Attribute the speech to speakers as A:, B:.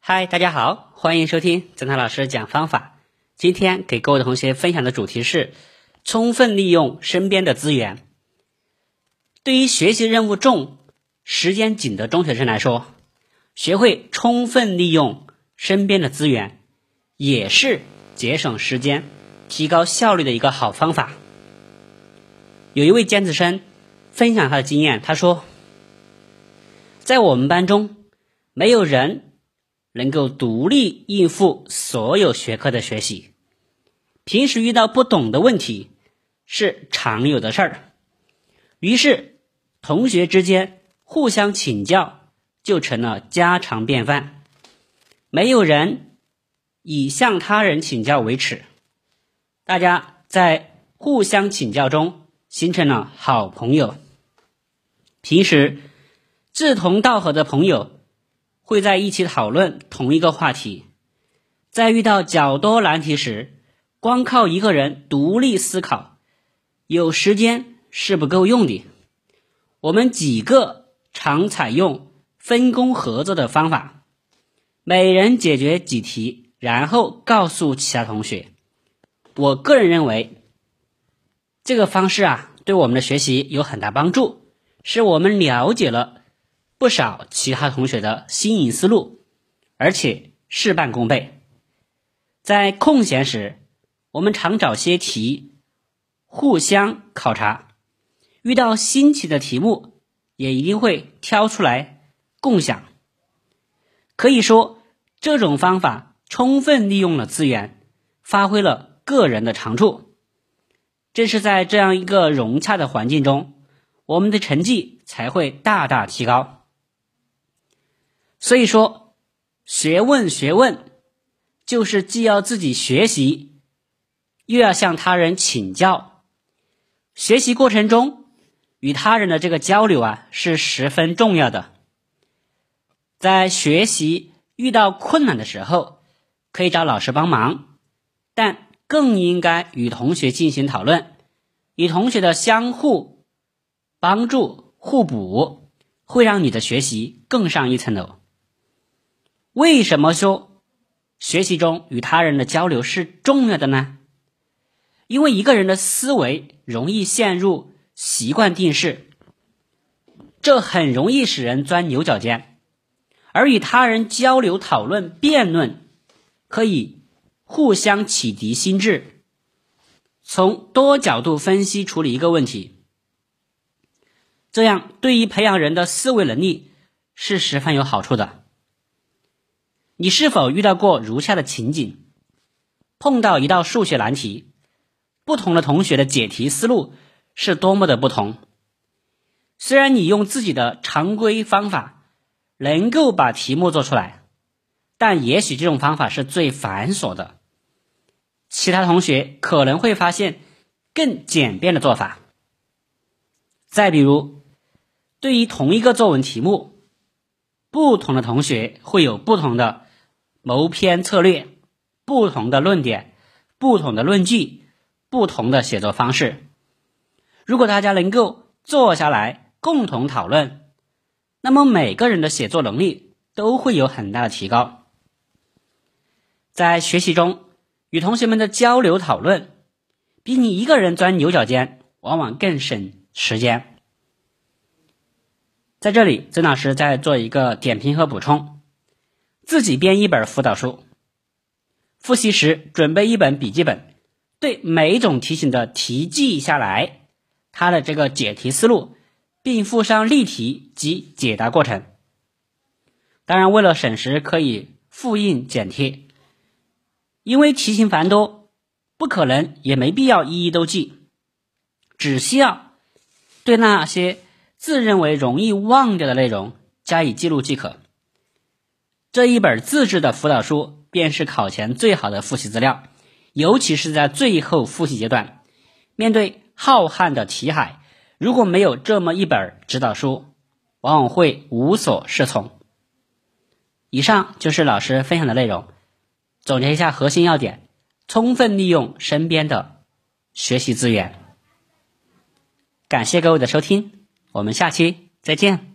A: 嗨，大家好，欢迎收听曾涛老师讲方法。今天给各位同学分享的主题是充分利用身边的资源。对于学习任务重、时间紧的中学生来说，学会充分利用身边的资源，也是节省时间、提高效率的一个好方法。有一位尖子生分享他的经验，他说，在我们班中，没有人能够独立应付所有学科的学习，平时遇到不懂的问题是常有的事儿，于是同学之间互相请教就成了家常便饭，没有人以向他人请教为耻，大家在互相请教中形成了好朋友。平时志同道合的朋友会在一起讨论同一个话题，在遇到较多难题时，光靠一个人独立思考，有时间是不够用的。我们几个常采用分工合作的方法，每人解决几题，然后告诉其他同学。我个人认为，这个方式对我们的学习有很大帮助，是我们了解了不少其他同学的新颖思路，而且事半功倍。在空闲时，我们常找些题互相考察，遇到新奇的题目也一定会挑出来共享。可以说，这种方法充分利用了资源，发挥了个人的长处。正是在这样一个融洽的环境中，我们的成绩才会大大提高。所以说，学问就是既要自己学习，又要向他人请教。学习过程中与他人的这个交流是十分重要的。在学习遇到困难的时候，可以找老师帮忙，但更应该与同学进行讨论，与同学的相互帮助互补，会让你的学习更上一层楼。为什么说学习中与他人的交流是重要的呢？因为一个人的思维容易陷入习惯定式，这很容易使人钻牛角尖，而与他人交流讨论辩论，可以互相启迪心智，从多角度分析处理一个问题，这样对于培养人的思维能力是十分有好处的。你是否遇到过如下的情景？碰到一道数学难题，不同的同学的解题思路是多么的不同。虽然你用自己的常规方法能够把题目做出来，但也许这种方法是最繁琐的，其他同学可能会发现更简便的做法。再比如，对于同一个作文题目，不同的同学会有不同的谋篇策略，不同的论点，不同的论据，不同的写作方式。如果大家能够坐下来共同讨论，那么每个人的写作能力都会有很大的提高。在学习中，与同学们的交流讨论，比你一个人钻牛角尖往往更省时间。在这里，曾老师再做一个点评和补充。自己编一本辅导书，复习时准备一本笔记本，对每一种题型的题记下来，它的这个解题思路，并附上例题及解答过程。当然，为了省时，可以复印剪贴，因为题型繁多，不可能也没必要一一都记，只需要对那些自认为容易忘掉的内容加以记录即可。这一本自制的辅导书便是考前最好的复习资料，尤其是在最后复习阶段，面对浩瀚的题海，如果没有这么一本指导书，往往会无所适从。以上就是老师分享的内容，总结一下核心要点，充分利用身边的学习资源。感谢各位的收听，我们下期再见。